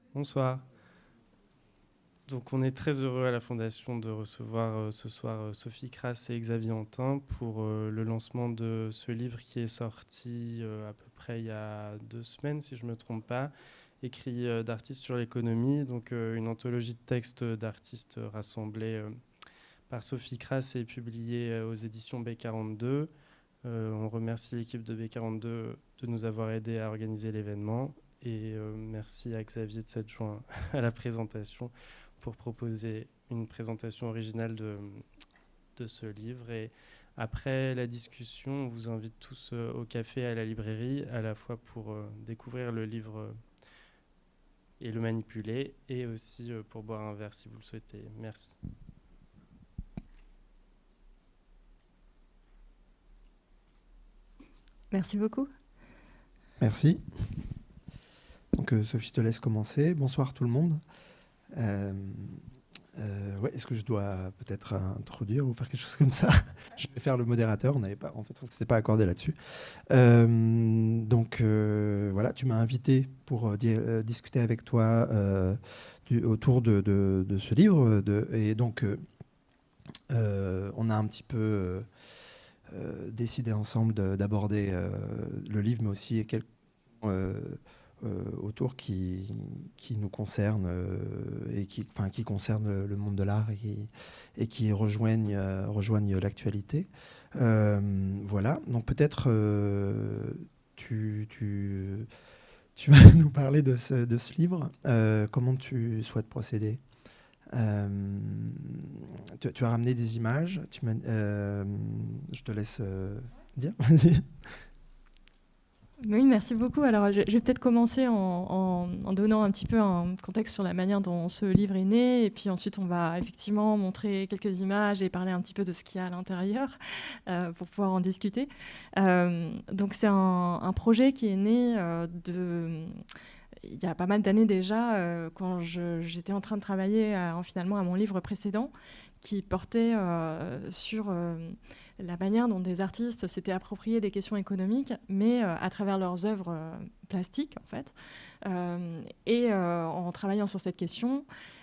Bonsoir. Donc on est très heureux à la Fondation de recevoir ce soir Sophie Crass et Xavier Antin pour le lancement de ce livre qui est sorti à peu près il y a 2 semaines, si je ne me trompe pas, écrit d'artistes sur l'économie, donc une anthologie de textes d'artistes rassemblés par Sophie Crass et publiée aux éditions B42. On remercie l'équipe de B42 de nous avoir aidés à organiser l'événement. Et merci à Xavier de s'être joint à la présentation pour proposer une présentation originale de ce livre. Et après la discussion, on vous invite tous au café à la librairie, à la fois pour découvrir le livre et le manipuler, et aussi pour boire un verre si vous le souhaitez. Merci. Merci beaucoup. Merci. Donc Sophie, je te laisse commencer. Bonsoir tout le monde. Ouais, est-ce que je dois peut-être introduire ou faire quelque chose comme ça? Je vais faire le modérateur. On n'avait pas, en fait, on s'était pas accordé là-dessus. Donc voilà, tu m'as invité pour discuter avec toi autour de ce livre. Et donc on a un petit peu décidé ensemble d'aborder le livre, mais aussi quelques autour qui nous concerne et qui concerne le monde de l'art et qui rejoignent l'actualité. Voilà, donc peut-être tu vas nous parler de ce livre. Comment tu souhaites procéder? Tu as ramené des images. Je te laisse dire. Vas-y. Oui, merci beaucoup. Alors, je vais peut-être commencer en donnant un petit peu un contexte sur la manière dont ce livre est né. Et puis ensuite, on va effectivement montrer quelques images et parler un petit peu de ce qu'il y a à l'intérieur pour pouvoir en discuter. Donc, c'est un projet qui est né il y a pas mal d'années déjà, quand j'étais en train de travailler finalement à mon livre précédent, qui portait sur la manière dont des artistes s'étaient appropriés des questions économiques, mais à travers leurs œuvres plastiques, en fait. En travaillant sur cette question,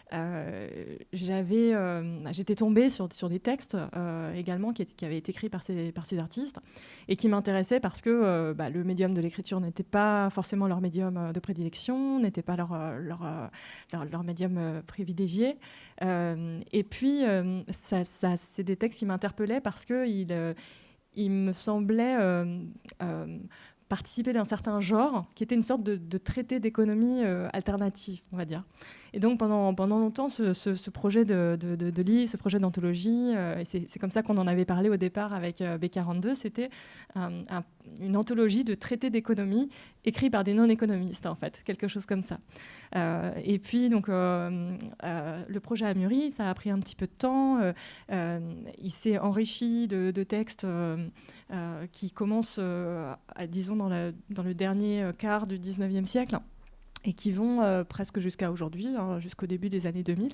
j'étais tombée sur des textes également qui avaient été écrits par ces artistes et qui m'intéressaient parce que le médium de l'écriture n'était pas forcément leur médium de prédilection, n'était pas leur médium privilégié. Et puis, c'est des textes qui m'interpellaient parce qu'ils me semblaient participer d'un certain genre qui était une sorte de traité d'économie alternative, on va dire. Et donc pendant longtemps, ce projet de livre, ce projet d'anthologie, et c'est comme ça qu'on en avait parlé au départ avec B42, c'était une anthologie de traités d'économie écrits par des non-économistes, en fait, quelque chose comme ça. Et puis donc le projet a mûri, ça a pris un petit peu de temps, il s'est enrichi de textes qui commencent, disons, dans le dernier quart du 19e siècle et qui vont presque jusqu'à aujourd'hui, jusqu'au début des années 2000.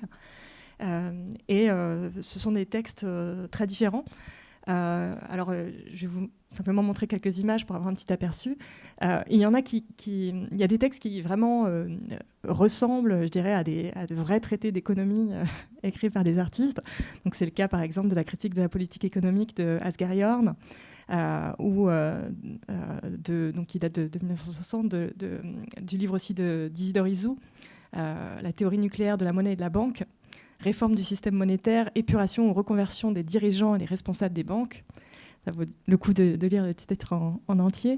Ce sont des textes très différents. Alors, je vais vous simplement montrer quelques images pour avoir un petit aperçu. Il y en a il y a des textes qui vraiment ressemblent, je dirais, à de vrais traités d'économie écrits par des artistes. Donc, c'est le cas, par exemple, de la critique de la politique économique de Asger Jorn, qui date de 1960, du livre aussi d'Isidore Isou, La théorie nucléaire de la monnaie et de la banque, réforme du système monétaire, épuration ou reconversion des dirigeants et des responsables des banques. Ça vaut le coup de lire le titre en entier.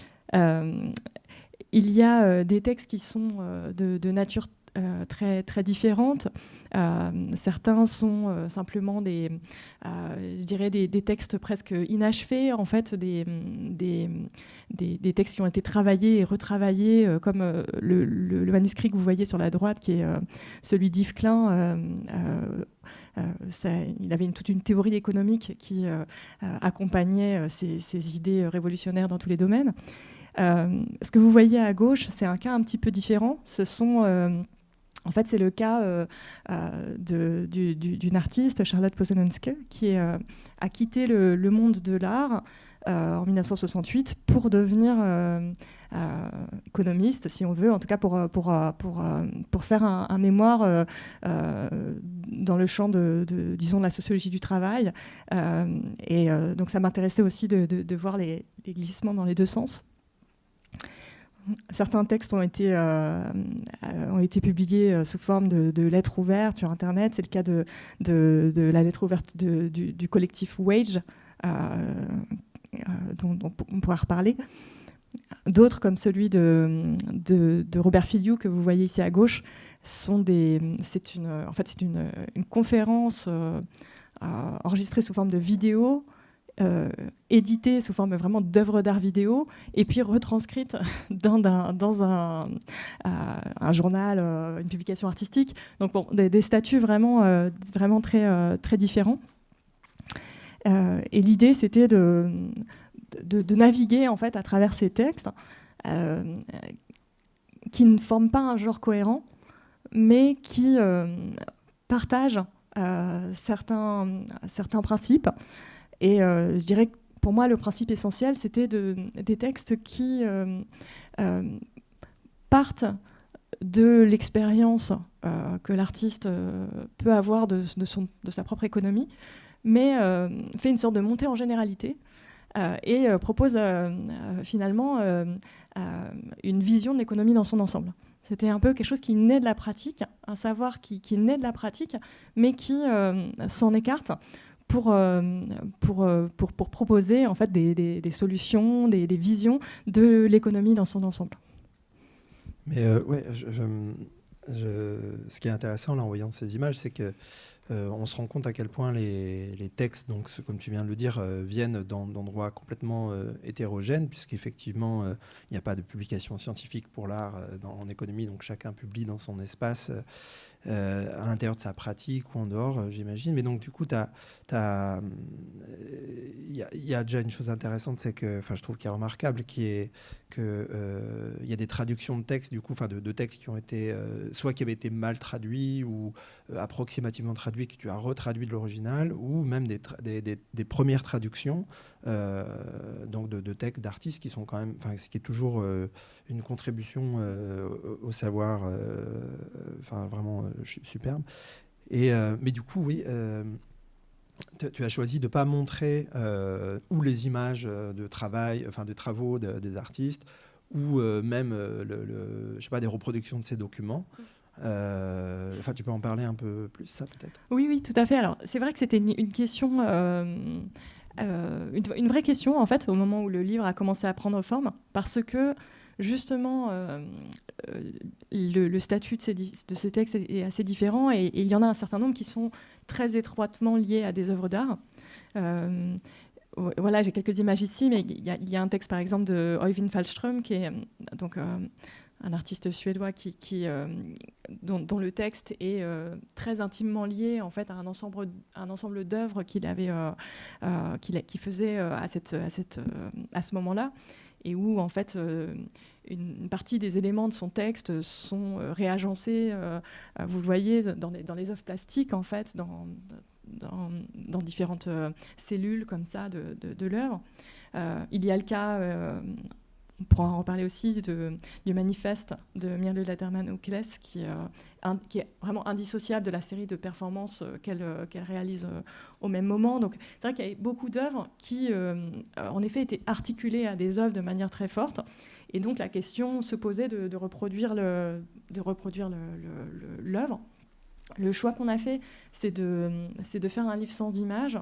Il y a des textes qui sont de nature très, très différentes. Certains sont simplement je dirais des textes presque inachevés, en fait, des textes qui ont été travaillés et retravaillés, comme le manuscrit que vous voyez sur la droite, qui est celui d'Yves Klein. Il avait toute une théorie économique qui accompagnait ces idées révolutionnaires dans tous les domaines. Ce que vous voyez à gauche, c'est un cas un petit peu différent. En fait, c'est le cas d'une artiste, Charlotte Posenenske, qui a quitté le monde de l'art en 1968 pour devenir économiste, si on veut, en tout cas pour faire un mémoire dans le champ disons, de la sociologie du travail. Donc ça m'intéressait aussi de voir les glissements dans les deux sens. Certains textes ont été publiés sous forme de lettres ouvertes sur Internet. C'est le cas de la lettre ouverte du collectif Wage, dont on pourra reparler. D'autres, comme celui de Robert Filiou, que vous voyez ici à gauche, c'est une conférence enregistrée sous forme de vidéo, éditée sous forme vraiment d'œuvre d'art vidéo, et puis retranscrite dans un journal, une publication artistique. Donc bon, des statuts vraiment très, très différents. Et l'idée, c'était de naviguer en fait à travers ces textes qui ne forment pas un genre cohérent, mais qui partagent certains principes. Et je dirais que pour moi, le principe essentiel, c'était des textes qui partent de l'expérience que l'artiste peut avoir de sa propre économie, mais fait une sorte de montée en généralité et propose finalement une vision de l'économie dans son ensemble. C'était un peu quelque chose qui naît de la pratique, un savoir qui naît de la pratique, mais qui s'en écarte pour proposer en fait des solutions, des visions de l'économie dans son ensemble. Mais ouais, ce qui est intéressant là, en voyant ces images, c'est que on se rend compte à quel point les textes, donc, comme tu viens de le dire, viennent d'endroits complètement hétérogènes, puisqu'effectivement, il n'y a pas de publication scientifique pour l'art en économie, donc chacun publie dans son espace, à l'intérieur de sa pratique ou en dehors, j'imagine. Mais donc, du coup, il y a déjà une chose intéressante, c'est que, je trouve qu'il est remarquable, qui est qu'il y a des traductions de textes, du coup, de textes qui ont été, soit qui avaient été mal traduits ou approximativement traduits, que tu as retraduit de l'original, ou même des premières traductions donc de textes d'artistes qui sont quand même, ce qui est toujours une contribution au savoir, vraiment superbe. Mais du coup, oui, tu as choisi de ne pas montrer ou les images de travail, de travaux des artistes, ou même je sais pas, des reproductions de ces documents. Tu peux en parler un peu plus, ça, peut-être? Oui, tout à fait. Alors, c'est vrai que c'était une question, une vraie question, en fait, au moment où le livre a commencé à prendre forme, parce que, justement, le statut de ces textes est assez différent, et il y en a un certain nombre qui sont très étroitement liés à des œuvres d'art. Voilà, j'ai quelques images ici, mais il y a un texte, par exemple, de Øyvind Falström, qui est donc un artiste suédois dont le texte est très intimement lié en fait à un ensemble d'œuvres qu'il faisait à ce moment-là, et où en fait une partie des éléments de son texte sont réagencés, vous le voyez, dans les œuvres plastiques en fait, dans différentes cellules comme ça de l'œuvre. Il y a le cas, on pourra en reparler aussi, du manifeste de Mirle Laterman-Oukles, qui est vraiment indissociable de la série de performances qu'elle réalise au même moment. Donc c'est vrai qu'il y a beaucoup d'œuvres qui, en effet, étaient articulées à des œuvres de manière très forte. Et donc la question se posait de reproduire l'œuvre. Le choix qu'on a fait, c'est de faire un livre sans images,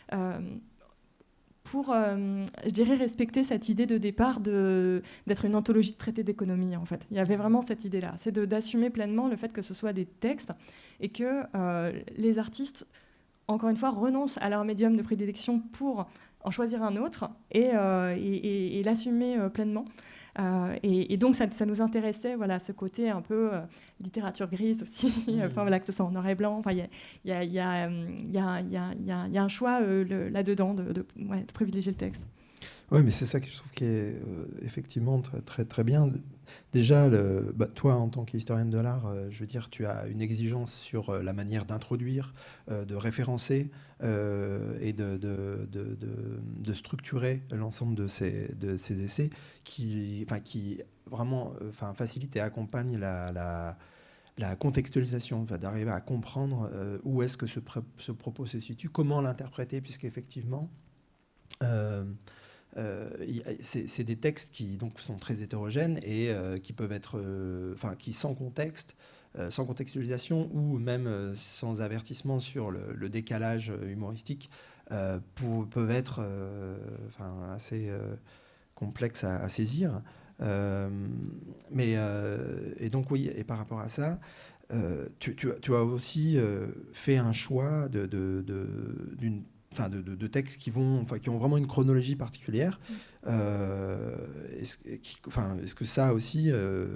pour, je dirais, respecter cette idée de départ d'être une anthologie de traités d'économie, en fait. Il y avait vraiment cette idée-là, c'est d'assumer pleinement le fait que ce soit des textes et que les artistes, encore une fois, renoncent à leur médium de prédilection pour en choisir un autre et l'assumer pleinement. Et donc ça nous intéressait, voilà, ce côté un peu littérature grise aussi, voilà, que ce soit en noir et blanc. Il y a un choix là-dedans de privilégier le texte. Ouais, mais c'est ça que je trouve qui est effectivement très, très, très bien. Déjà, toi, en tant qu'historienne de l'art, je veux dire, tu as une exigence sur la manière d'introduire, de référencer et de structurer l'ensemble de ces essais qui vraiment facilitent et accompagnent la contextualisation, d'arriver à comprendre où est-ce que ce propos se situe, comment l'interpréter, puisqu'effectivement, c'est des textes qui donc sont très hétérogènes et qui peuvent être, qui sans contexte, sans contextualisation ou même sans avertissement sur le décalage humoristique, peuvent être assez complexes à saisir. Et donc oui, et par rapport à ça, tu as aussi fait un choix de textes qui ont vraiment une chronologie particulière. Est-ce que ça aussi,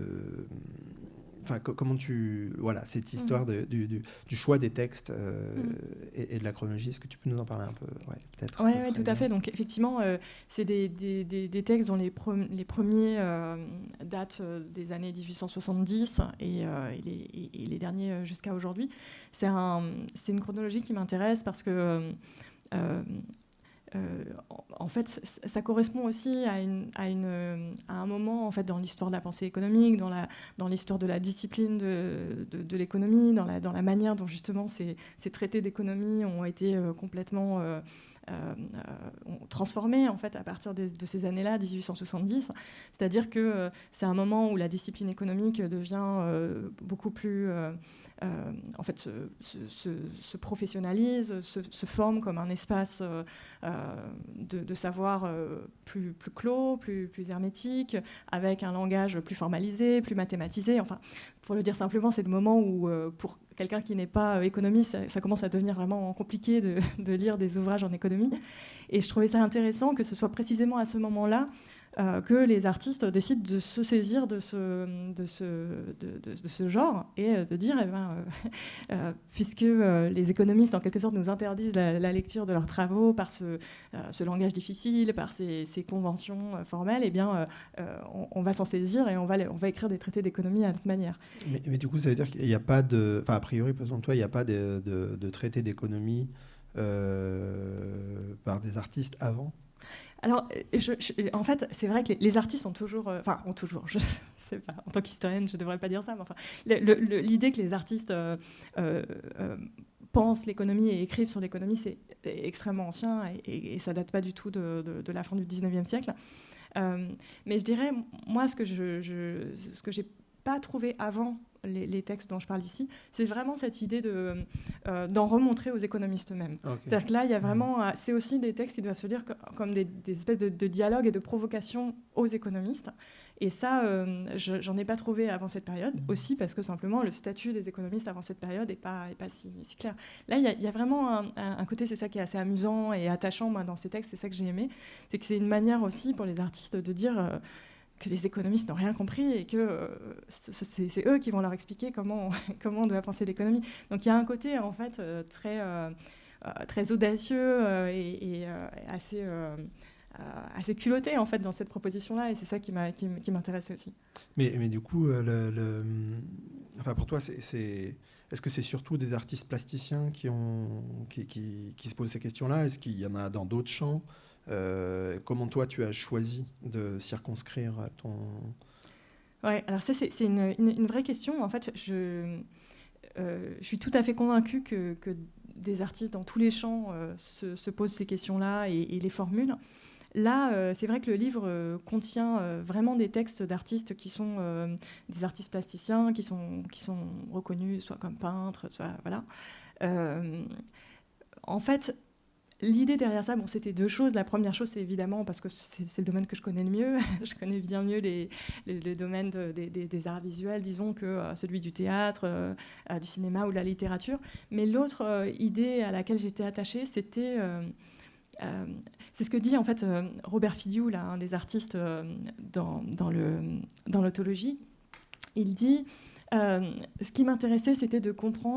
comment cette histoire du choix des textes et de la chronologie, est-ce que tu peux nous en parler un peu? Peut-être. Oui, tout à fait. Donc effectivement, c'est des textes dont les premiers datent des années 1870 et les derniers jusqu'à aujourd'hui. C'est une chronologie qui m'intéresse parce que en fait, ça correspond aussi à un moment en fait, dans l'histoire de la pensée économique, dans l'histoire de la discipline de l'économie, dans la manière dont justement ces traités d'économie ont été complètement transformés en fait, à partir de ces années-là, 1870. C'est-à-dire que c'est un moment où la discipline économique devient beaucoup plus... en fait, se professionnalise, se forme comme un espace de savoir plus clos, plus hermétique, avec un langage plus formalisé, plus mathématisé. Enfin, pour le dire simplement, c'est le moment où, pour quelqu'un qui n'est pas économiste, ça commence à devenir vraiment compliqué de lire des ouvrages en économie. Et je trouvais ça intéressant que ce soit précisément à ce moment-là que les artistes décident de se saisir de ce genre et de dire, puisque les économistes, en quelque sorte, nous interdisent la lecture de leurs travaux par ce langage difficile, par ces conventions formelles, on va s'en saisir et on va écrire des traités d'économie à notre manière. Mais du coup, ça veut dire qu'il n'y a pas de... a priori, selon toi, il n'y a pas de traités d'économie par des artistes avant ? Alors, en fait, c'est vrai que les artistes ont toujours, je sais pas, en tant qu'historienne, je ne devrais pas dire ça, mais enfin, l'idée que les artistes pensent l'économie et écrivent sur l'économie, c'est extrêmement ancien et ça date pas du tout de la fin du 19e siècle. Mais je dirais, moi, ce que j'ai pas trouvé avant les textes dont je parle ici, c'est vraiment cette idée d'en remontrer aux économistes eux-mêmes. Okay. C'est-à-dire que là, il y a vraiment, c'est aussi des textes qui doivent se lire comme des espèces de dialogues et de provocations aux économistes. Et ça, j'en ai pas trouvé avant cette période, aussi parce que simplement le statut des économistes avant cette période n'est pas si clair. Là, il y a vraiment un côté, c'est ça qui est assez amusant et attachant moi, dans ces textes, c'est ça que j'ai aimé, c'est que c'est une manière aussi pour les artistes de dire... que les économistes n'ont rien compris et que c'est eux qui vont leur expliquer comment on doit penser l'économie. Donc il y a un côté en fait très audacieux et assez culotté en fait dans cette proposition-là, et c'est ça qui m'intéressait aussi. Mais du coup, pour toi, est-ce que c'est surtout des artistes plasticiens qui se posent ces questions-là? Est-ce qu'il y en a dans d'autres champs? Comment toi tu as choisi de circonscrire ton... Ouais, alors ça c'est une vraie question. En fait, je suis tout à fait convaincue que des artistes dans tous les champs se posent ces questions-là et les formulent. Là, c'est vrai que le livre contient vraiment des textes d'artistes qui sont des artistes plasticiens, qui sont reconnus soit comme peintres, soit... Voilà. En fait... L'idée derrière ça, c'était deux choses. La première chose, c'est évidemment parce que c'est le domaine que je connais le mieux. Je connais bien mieux les domaines des arts visuels, disons, que celui du théâtre, du cinéma ou de la littérature. Mais l'autre idée à laquelle j'étais attachée, c'était... c'est ce que dit en fait Robert Filiou, là, un des artistes dans l'autologie. Il dit... ce qui m'intéressait, c'était de comprendre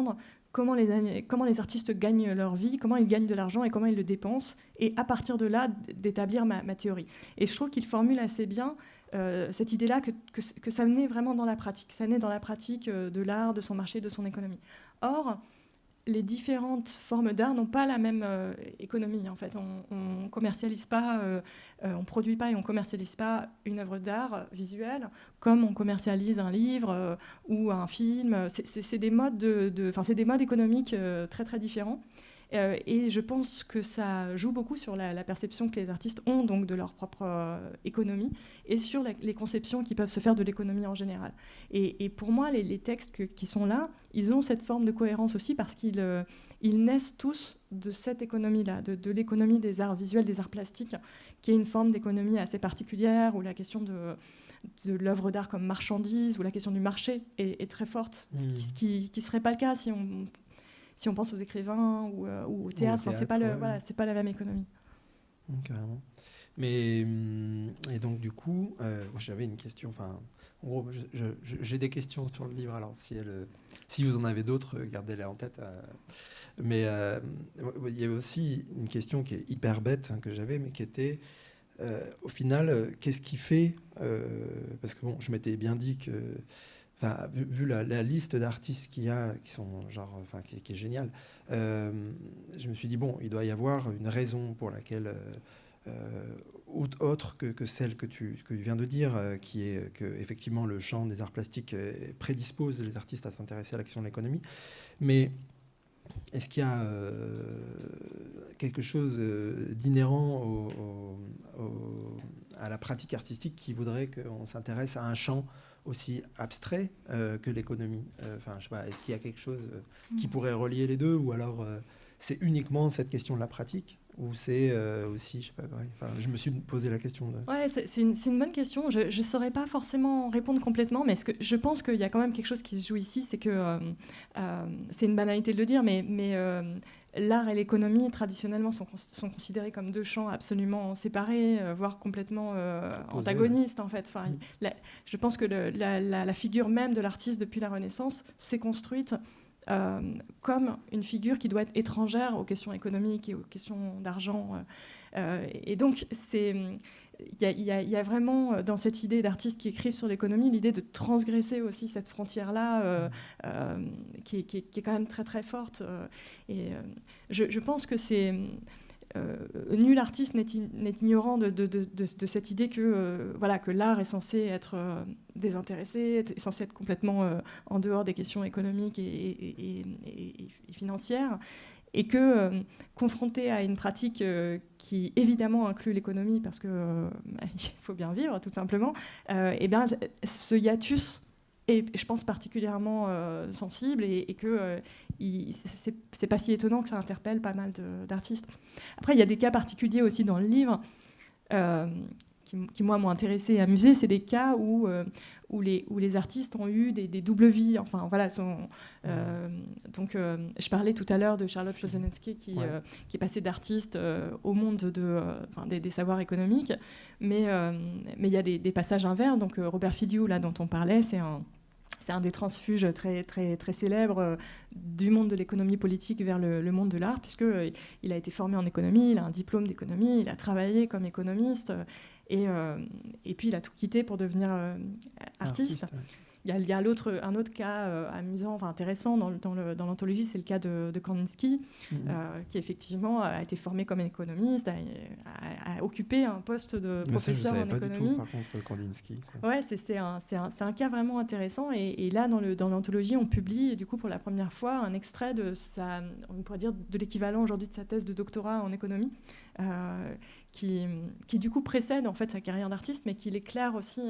comment les artistes gagnent leur vie, comment ils gagnent de l'argent et comment ils le dépensent, et à partir de là, d'établir ma théorie. Et je trouve qu'il formule assez bien cette idée-là que ça naît vraiment dans la pratique. Ça naît dans la pratique de l'art, de son marché, de son économie. Or, les différentes formes d'art n'ont pas la même économie. En fait, on commercialise pas, on produit pas et on commercialise pas une œuvre d'art visuelle comme on commercialise un livre ou un film. C'est des modes c'est des modes économiques très très différents. Et je pense que ça joue beaucoup sur la perception que les artistes ont donc de leur propre économie et sur les conceptions qui peuvent se faire de l'économie en général. Et pour moi, les textes qui sont là, ils ont cette forme de cohérence aussi parce qu'ils naissent tous de cette économie-là, de l'économie des arts visuels, des arts plastiques, qui est une forme d'économie assez particulière où la question de l'œuvre d'art comme marchandise, où la question du marché est très forte, ce qui ne serait pas le cas si on pense aux écrivains ou au théâtre. C'est pas la même économie. Carrément. Mais et donc du coup, j'avais une question. Enfin, en gros, j'ai des questions sur le livre. Alors, si vous en avez d'autres, gardez-les en tête. Mais il y avait aussi une question qui est hyper bête que j'avais, mais qui était au final, qu'est-ce qui fait parce que bon, je m'étais bien dit que. Enfin, vu la liste d'artistes qu'il y a, qui sont qui est géniale, je me suis dit bon, il doit y avoir une raison pour laquelle autre que celle que tu viens de dire, qui est que effectivement le champ des arts plastiques prédispose les artistes à s'intéresser à la question de l'économie. Mais est-ce qu'il y a quelque chose d'inhérent à la pratique artistique qui voudrait qu'on s'intéresse à un champ aussi abstrait que l'économie? Je sais pas, est-ce qu'il y a quelque chose qui pourrait relier les deux, ou alors c'est uniquement cette question de la pratique, ou c'est aussi, je sais pas, je me suis posé la question. Ouais, c'est une bonne question. Je ne saurais pas forcément répondre complètement, mais je pense qu'il y a quand même quelque chose qui se joue ici, c'est que c'est une banalité de le dire, mais l'art et l'économie, traditionnellement, sont considérés comme deux champs absolument séparés, voire complètement antagonistes, en fait. Je pense que la figure même de l'artiste depuis la Renaissance s'est construite comme une figure qui doit être étrangère aux questions économiques et aux questions d'argent. Et donc, il y a vraiment dans cette idée d'artistes qui écrivent sur l'économie l'idée de transgresser aussi cette frontière-là qui est quand même très très forte. Je pense que c'est... nul artiste n'est ignorant de cette idée que l'art est censé être désintéressé, est censé être complètement en dehors des questions économiques et financières, et que confronté à une pratique qui évidemment inclut l'économie parce que il faut bien vivre tout simplement, ce hiatus est, je pense, particulièrement sensible et que c'est pas si étonnant que ça interpelle pas mal d'artistes. Après, il y a des cas particuliers aussi dans le livre qui moi, m'ont intéressé et amusé. C'est des cas où les artistes ont eu des doubles vies. Enfin, voilà, je parlais tout à l'heure de Charlotte Losenensky qui est passée d'artiste au monde des savoirs économiques. Mais il y a des passages inverses. Donc, Robert Fidiou, là, dont on parlait, c'est un des transfuges très, très, très célèbres du monde de l'économie politique vers le monde de l'art, puisqu'il a été formé en économie, il a un diplôme d'économie, il a travaillé comme économiste, et puis il a tout quitté pour devenir artiste. Il y a un autre cas amusant, intéressant dans l'anthologie, c'est le cas de Kandinsky, qui effectivement a été formé comme économiste, a occupé un poste de professeur en économie. Pas du tout, par contre, Kandinsky. Ouais, c'est un cas vraiment intéressant. Et là, dans l'anthologie, on publie du coup pour la première fois un extrait on pourrait dire de l'équivalent aujourd'hui de sa thèse de doctorat en économie. Qui du coup précède en fait sa carrière d'artiste, mais qui l'éclaire aussi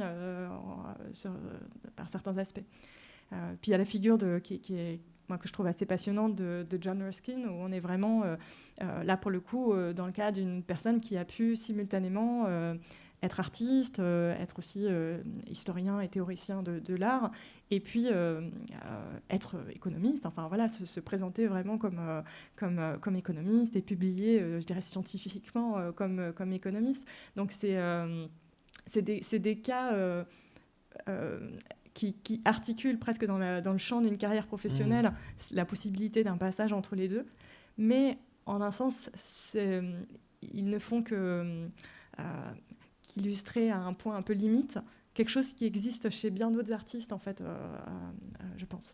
par certains aspects. Puis il y a la figure que je trouve assez passionnante de John Ruskin, où on est vraiment là pour le coup dans le cas d'une personne qui a pu simultanément être artiste, être aussi historien et théoricien de l'art, et puis être économiste, se présenter vraiment comme économiste et publier, je dirais scientifiquement, comme économiste. Donc c'est des cas qui articule presque dans le champ d'une carrière professionnelle la possibilité d'un passage entre les deux. Mais en un sens, ils ne font qu'illustrer à un point un peu limite quelque chose qui existe chez bien d'autres artistes, en fait, je pense.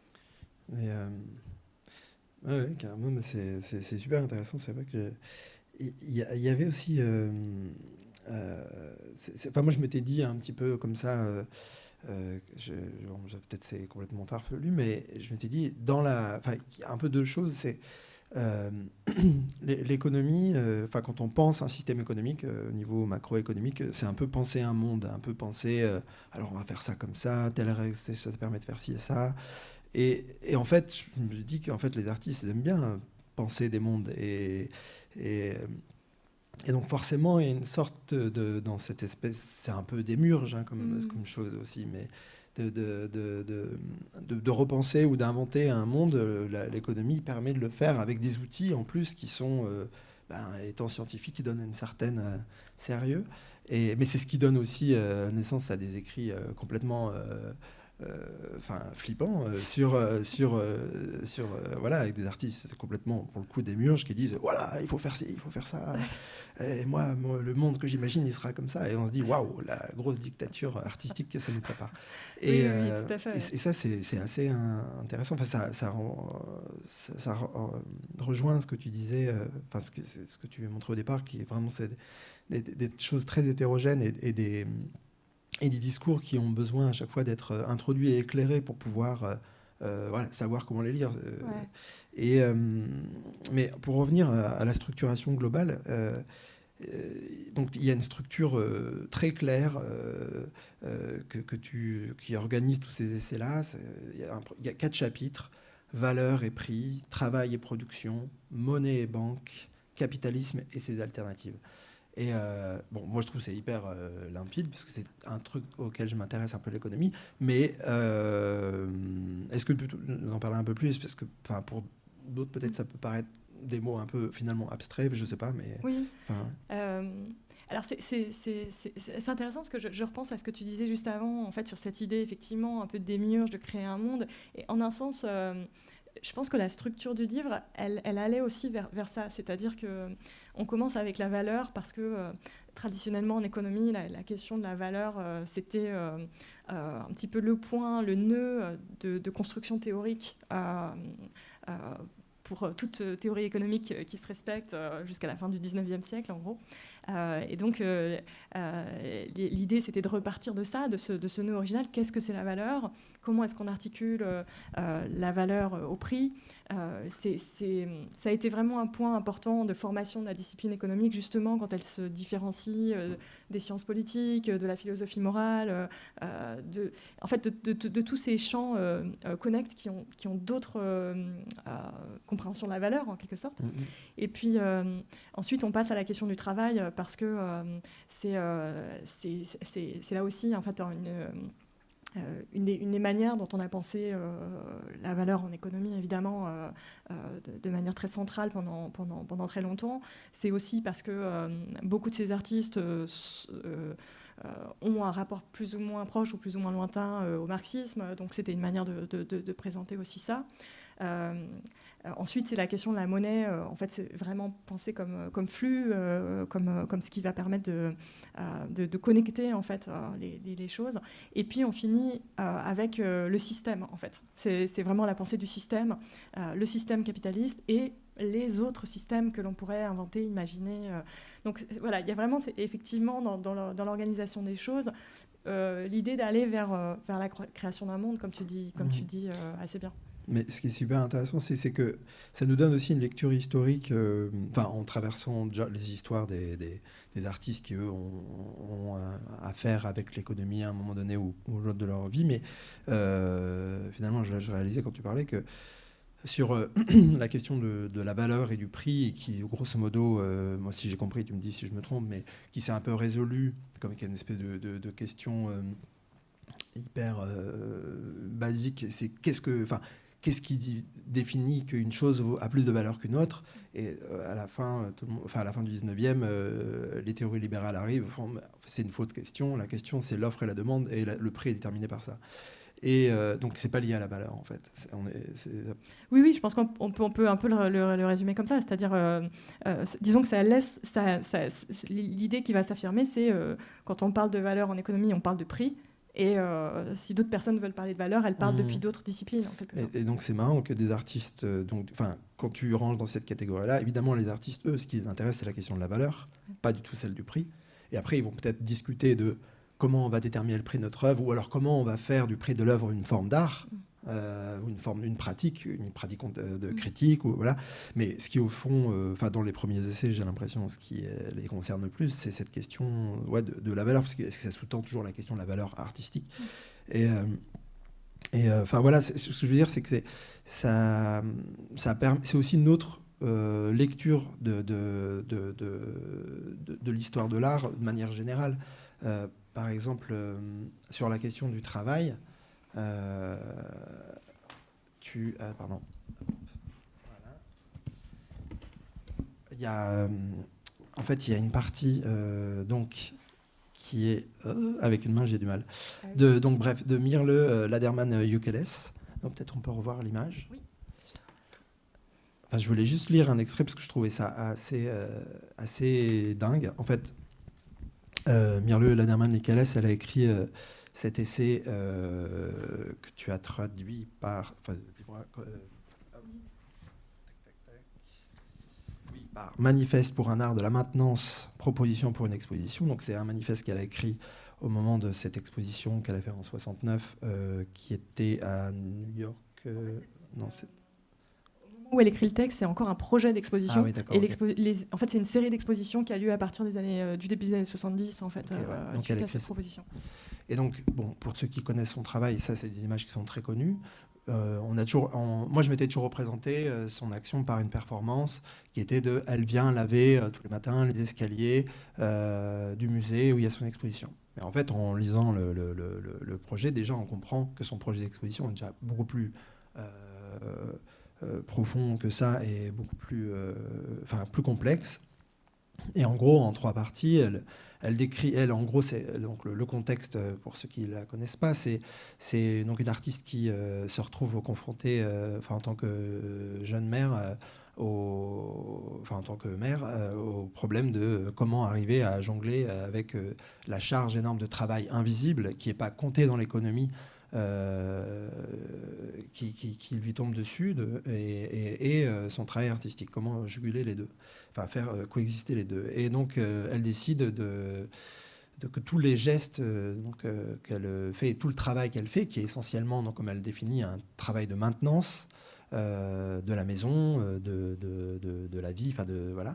Oui, carrément, mais c'est super intéressant. C'est vrai que il y avait aussi... moi, je m'étais dit un petit peu comme ça... peut-être c'est complètement farfelu, mais je m'étais dit, il y a un peu deux choses. C'est l'économie, quand on pense un système économique au niveau macroéconomique, c'est un peu penser un monde, un peu penser, alors on va faire ça comme ça, telle règle, ça te permet de faire ci et ça. Et en fait, je me dis qu'en fait, les artistes, ils aiment bien penser des mondes. Et donc forcément, il y a une sorte dans cette espèce, c'est un peu démiurge comme chose aussi, mais de repenser ou d'inventer un monde, l'économie permet de le faire avec des outils en plus qui sont, étant scientifiques, qui donnent une certaine sérieux. Mais c'est ce qui donne aussi naissance à des écrits complètement... flippant avec des artistes complètement pour le coup des murges qui disent voilà, il faut faire ci, il faut faire ça, et moi le monde que j'imagine il sera comme ça, et on se dit waouh, la grosse dictature artistique que ça nous prépare. Et, oui, tout à fait. Et ça c'est assez intéressant. Ça rejoint ce que tu disais, ce que tu montré au départ, qui est vraiment des choses très hétérogènes et des discours qui ont besoin à chaque fois d'être introduits et éclairés pour pouvoir savoir comment les lire. Mais pour revenir à la structuration globale, donc il y a une structure très claire qui organise tous ces essais-là. Il y a 4 chapitres: valeur et prix, travail et production, monnaie et banque, capitalisme et ses alternatives. Et moi je trouve que c'est hyper limpide parce que c'est un truc auquel je m'intéresse un peu, l'économie. Mais est-ce que tu peux nous en parler un peu plus, parce que pour d'autres peut-être ça peut paraître des mots un peu finalement abstraits, je sais pas, mais oui. Alors c'est intéressant parce que je repense à ce que tu disais juste avant, en fait, sur cette idée effectivement un peu de démiurge, de créer un monde. Et en un sens, je pense que la structure du livre, elle allait aussi vers ça. C'est-à-dire qu'on commence avec la valeur parce que traditionnellement en économie, la question de la valeur, c'était un petit peu le point, le nœud de construction théorique pour toute théorie économique qui se respecte jusqu'à la fin du 19e siècle, en gros. Et donc, l'idée, c'était de repartir de ça, de ce nœud original. Qu'est-ce que c'est la valeur ? Comment est-ce qu'on articule la valeur au prix ? Ça a été vraiment un point important de formation de la discipline économique, justement, quand elle se différencie des sciences politiques, de la philosophie morale, de tous ces champs connects qui ont d'autres compréhensions de la valeur, en quelque sorte. Et puis, ensuite, on passe à la question du travail, parce que c'est là aussi, en fait, une des manières dont on a pensé la valeur en économie, évidemment, de manière très centrale pendant très longtemps. C'est aussi parce que beaucoup de ces artistes ont un rapport plus ou moins proche ou plus ou moins lointain au marxisme, donc c'était une manière de présenter aussi ça. Ensuite, c'est la question de la monnaie. En fait, c'est vraiment pensé comme flux, comme ce qui va permettre de connecter en fait les choses. Et puis, on finit avec le système. En fait, c'est vraiment la pensée du système, le système capitaliste et les autres systèmes que l'on pourrait inventer, imaginer. Donc voilà, il y a vraiment effectivement dans l'organisation des choses l'idée d'aller vers la création d'un monde, comme tu dis assez bien. Mais ce qui est super intéressant, c'est que ça nous donne aussi une lecture historique, en traversant déjà les histoires des artistes qui, eux, ont affaire avec l'économie à un moment donné ou l'autre de leur vie. Mais finalement, je réalisais quand tu parlais que sur la question de la valeur et du prix, qui, grosso modo, moi, si j'ai compris, tu me dis si je me trompe, mais qui s'est un peu résolu, comme qu'il y a une espèce de question hyper basique. C'est qu'est-ce qui définit qu'une chose a plus de valeur qu'une autre. Et à la fin, à la fin du 19e, les théories libérales arrivent. C'est une fausse question. La question, c'est l'offre et la demande, et le prix est déterminé par ça. Et donc, c'est pas lié à la valeur, en fait. Oui, je pense qu'on peut un peu le résumer comme ça. C'est-à-dire, disons que ça laisse... l'idée qui va s'affirmer, c'est quand on parle de valeur en économie, on parle de prix. Et si d'autres personnes veulent parler de valeur, elles parlent depuis d'autres disciplines, en quelque sorte. Et donc, c'est marrant que des artistes... quand tu ranges dans cette catégorie-là, évidemment, les artistes, eux, ce qui les intéresse, c'est la question de la valeur, pas du tout celle du prix. Et après, ils vont peut-être discuter de comment on va déterminer le prix de notre œuvre, ou alors comment on va faire du prix de l'œuvre une forme d'art, ou une pratique de critique, ou voilà. Mais ce qui, au fond, dans les premiers essais, j'ai l'impression, ce qui les concerne le plus, c'est cette question de la valeur, parce que ça sous-tend toujours la question de la valeur artistique. Et voilà, ce que je veux dire, c'est que c'est aussi une autre lecture de l'histoire de l'art de manière générale. Par exemple, sur la question du travail, pardon. Voilà. Il y a une partie qui est avec une main, j'ai du mal. De Mirle Laderman Ukeles. Peut-être on peut revoir l'image. Oui. Je voulais juste lire un extrait parce que je trouvais ça assez dingue. En fait, Mirle Laderman Ukeles, elle a écrit cet essai que tu as traduit par Manifeste pour un art de la maintenance, proposition pour une exposition. Donc c'est un manifeste qu'elle a écrit au moment de cette exposition qu'elle a fait en 69, qui était à New York. Où elle écrit le texte, c'est encore un projet d'exposition. Ah oui, d'accord, en fait, c'est une série d'expositions qui a lieu à partir du début des années 70, en fait, donc suite à cette proposition. Et donc, pour ceux qui connaissent son travail, ça, c'est des images qui sont très connues. Moi, je m'étais toujours représenté son action par une performance qui était elle vient laver tous les matins les escaliers du musée où il y a son exposition. Mais en fait, en lisant le projet, déjà, on comprend que son projet d'exposition est déjà beaucoup plus profond que ça et beaucoup plus complexe. Et en gros, en 3 parties, elle décrit, en gros, c'est donc le contexte, pour ceux qui ne la connaissent pas, c'est donc une artiste qui se retrouve confrontée, en tant que jeune mère, en tant que mère, au problème de comment arriver à jongler avec la charge énorme de travail invisible qui n'est pas comptée dans l'économie, qui lui tombe dessus, et son travail artistique. Comment juguler les deux, faire coexister les deux. Et donc, elle décide que tous les gestes qu'elle fait, et tout le travail qu'elle fait, qui est essentiellement, donc, comme elle définit, un travail de maintenance de la maison, de la vie, voilà.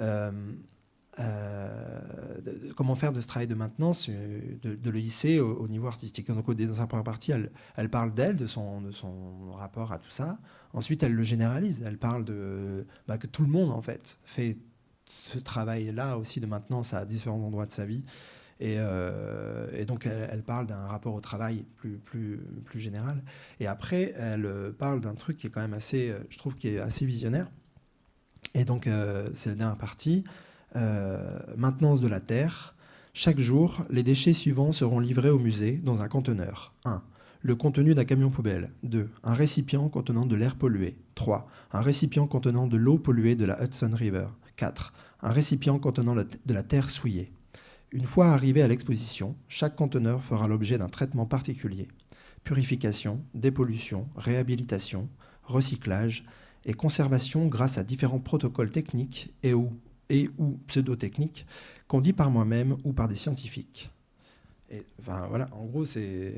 Comment faire de ce travail de maintenance, de le hisser au niveau artistique. Donc, dans sa première partie, elle parle d'elle, de son rapport à tout ça. Ensuite, elle le généralise. Elle parle que tout le monde, en fait, fait ce travail-là aussi de maintenance à différents endroits de sa vie. Et donc, elle parle d'un rapport au travail plus général. Et après, elle parle d'un truc qui est quand même je trouve, qui est assez visionnaire. Et donc, c'est la dernière partie. Maintenance de la terre. Chaque jour, les déchets suivants seront livrés au musée dans un conteneur. 1. Le contenu d'un camion poubelle. 2. Un récipient contenant de l'air pollué. 3. Un récipient contenant de l'eau polluée de la Hudson River. 4. Un récipient contenant de la terre souillée. Une fois arrivé à l'exposition, chaque conteneur fera l'objet d'un traitement particulier. Purification, dépollution, réhabilitation, recyclage et conservation grâce à différents protocoles techniques et ou pseudo-techniques conduits par moi-même ou par des scientifiques. Et voilà, en gros,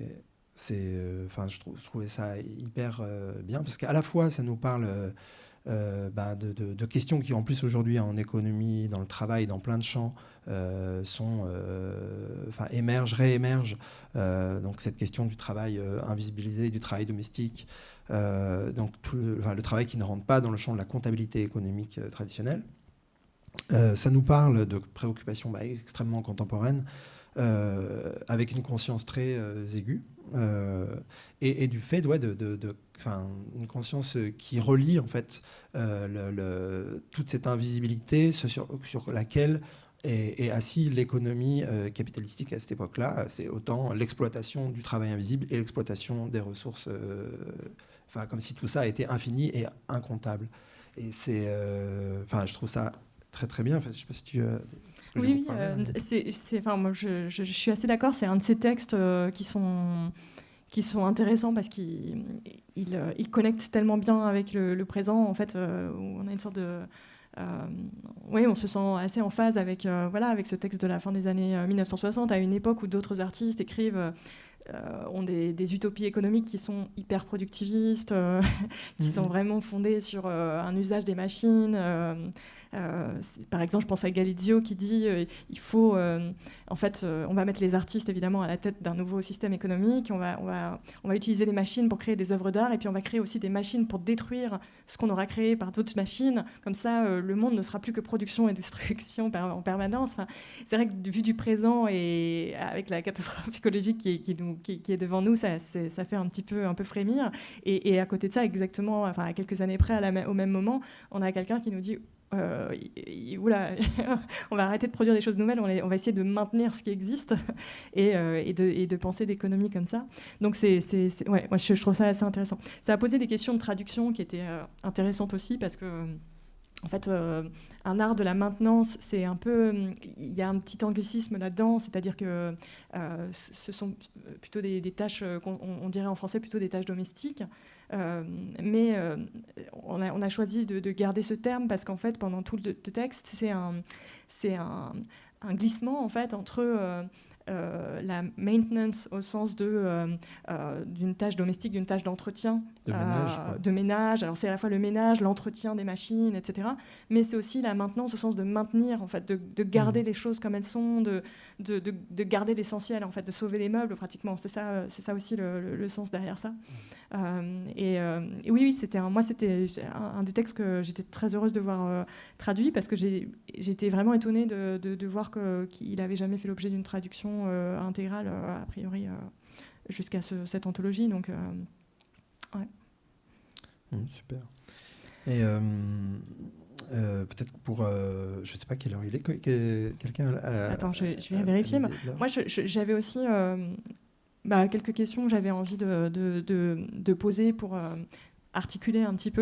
je trouvais ça hyper bien, parce qu'à la fois, ça nous parle de questions qui, en plus, aujourd'hui, en économie, dans le travail, dans plein de champs, réémergent. Donc, cette question du travail invisibilisé, du travail domestique, donc le travail qui ne rentre pas dans le champ de la comptabilité économique traditionnelle. Ça nous parle de préoccupations extrêmement contemporaines, avec une conscience très aiguë, et du fait une conscience qui relie en fait toute cette invisibilité sur laquelle est assis l'économie capitalistique à cette époque-là. C'est autant l'exploitation du travail invisible et l'exploitation des ressources, comme si tout ça était infini et incontable. Et je trouve ça très très bien. Je ne sais pas si tu... Oui, moi, je suis assez d'accord. C'est un de ces textes qui sont intéressants parce qu'ils connectent tellement bien avec le présent, en fait, où on a une sorte de... on se sent assez en phase avec ce texte de la fin des années 1960, à une époque où d'autres artistes écrivent... ont des utopies économiques qui sont hyper productivistes, qui sont vraiment fondées sur un usage des machines. Par exemple, je pense à Galizio qui dit il faut, on va mettre les artistes évidemment à la tête d'un nouveau système économique. On va utiliser les machines pour créer des œuvres d'art, et puis on va créer aussi des machines pour détruire ce qu'on aura créé par d'autres machines. Comme ça, le monde ne sera plus que production et destruction en permanence. C'est vrai que vu du présent et avec la catastrophe écologique qui est devant nous, ça fait un peu frémir. Et à côté de ça, exactement, à quelques années près, au même moment, on a quelqu'un qui nous dit oula, on va arrêter de produire des choses nouvelles, on va essayer de maintenir ce qui existe et de penser l'économie comme ça. Donc moi je trouve ça assez intéressant. Ça a posé des questions de traduction qui étaient intéressantes aussi, parce que en fait, un art de la maintenance, c'est un peu... Il y a un petit anglicisme là-dedans, c'est-à-dire que ce sont plutôt des tâches, on dirait en français plutôt des tâches domestiques. Mais on a choisi de garder ce terme parce qu'en fait, pendant tout le texte, c'est un glissement en fait, entre... la maintenance au sens d'une tâche domestique, d'une tâche d'entretien, de ménage. Alors c'est à la fois le ménage, l'entretien des machines, etc. Mais c'est aussi la maintenance au sens de maintenir, en fait, de garder les choses comme elles sont, de garder l'essentiel, en fait, de sauver les meubles pratiquement. C'est ça aussi le sens derrière ça. Et oui, c'était moi c'était un des textes que j'étais très heureuse de voir traduit, parce que j'étais vraiment étonnée de voir qu'il n'avait jamais fait l'objet d'une traduction intégrale, a priori, jusqu'à cette anthologie. Donc, ouais. Super. Et peut-être pour... je ne sais pas quelle heure il est. Quelqu'un... Attends, je vais vérifier. Moi, j'avais aussi... quelques questions que j'avais envie de poser pour articuler un petit peu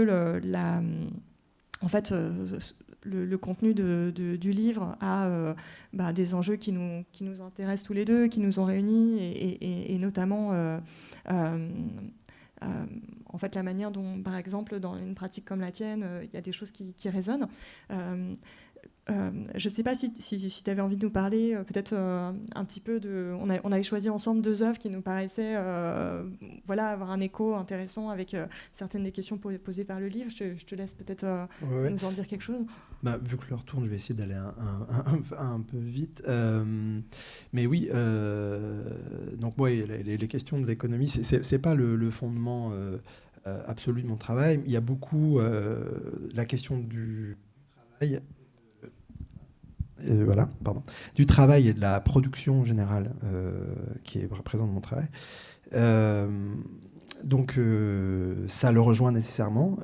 le contenu du livre à des enjeux qui nous intéressent tous les deux, qui nous ont réunis, et notamment en fait la manière dont, par exemple, dans une pratique comme la tienne, il y a des choses qui résonnent. Je ne sais pas si tu avais envie de nous parler peut-être un petit peu de... On avait choisi ensemble 2 œuvres qui nous paraissaient avoir un écho intéressant avec certaines des questions posées par le livre. Je te laisse peut-être nous en dire quelque chose. Vu que l'heure tourne, je vais essayer d'aller un peu vite. Mais oui, donc moi, les questions de l'économie, c'est pas le fondement absolu de mon travail. Il y a beaucoup la question du travail... du travail et de la production générale qui est présente dans mon travail. Donc ça le rejoint nécessairement.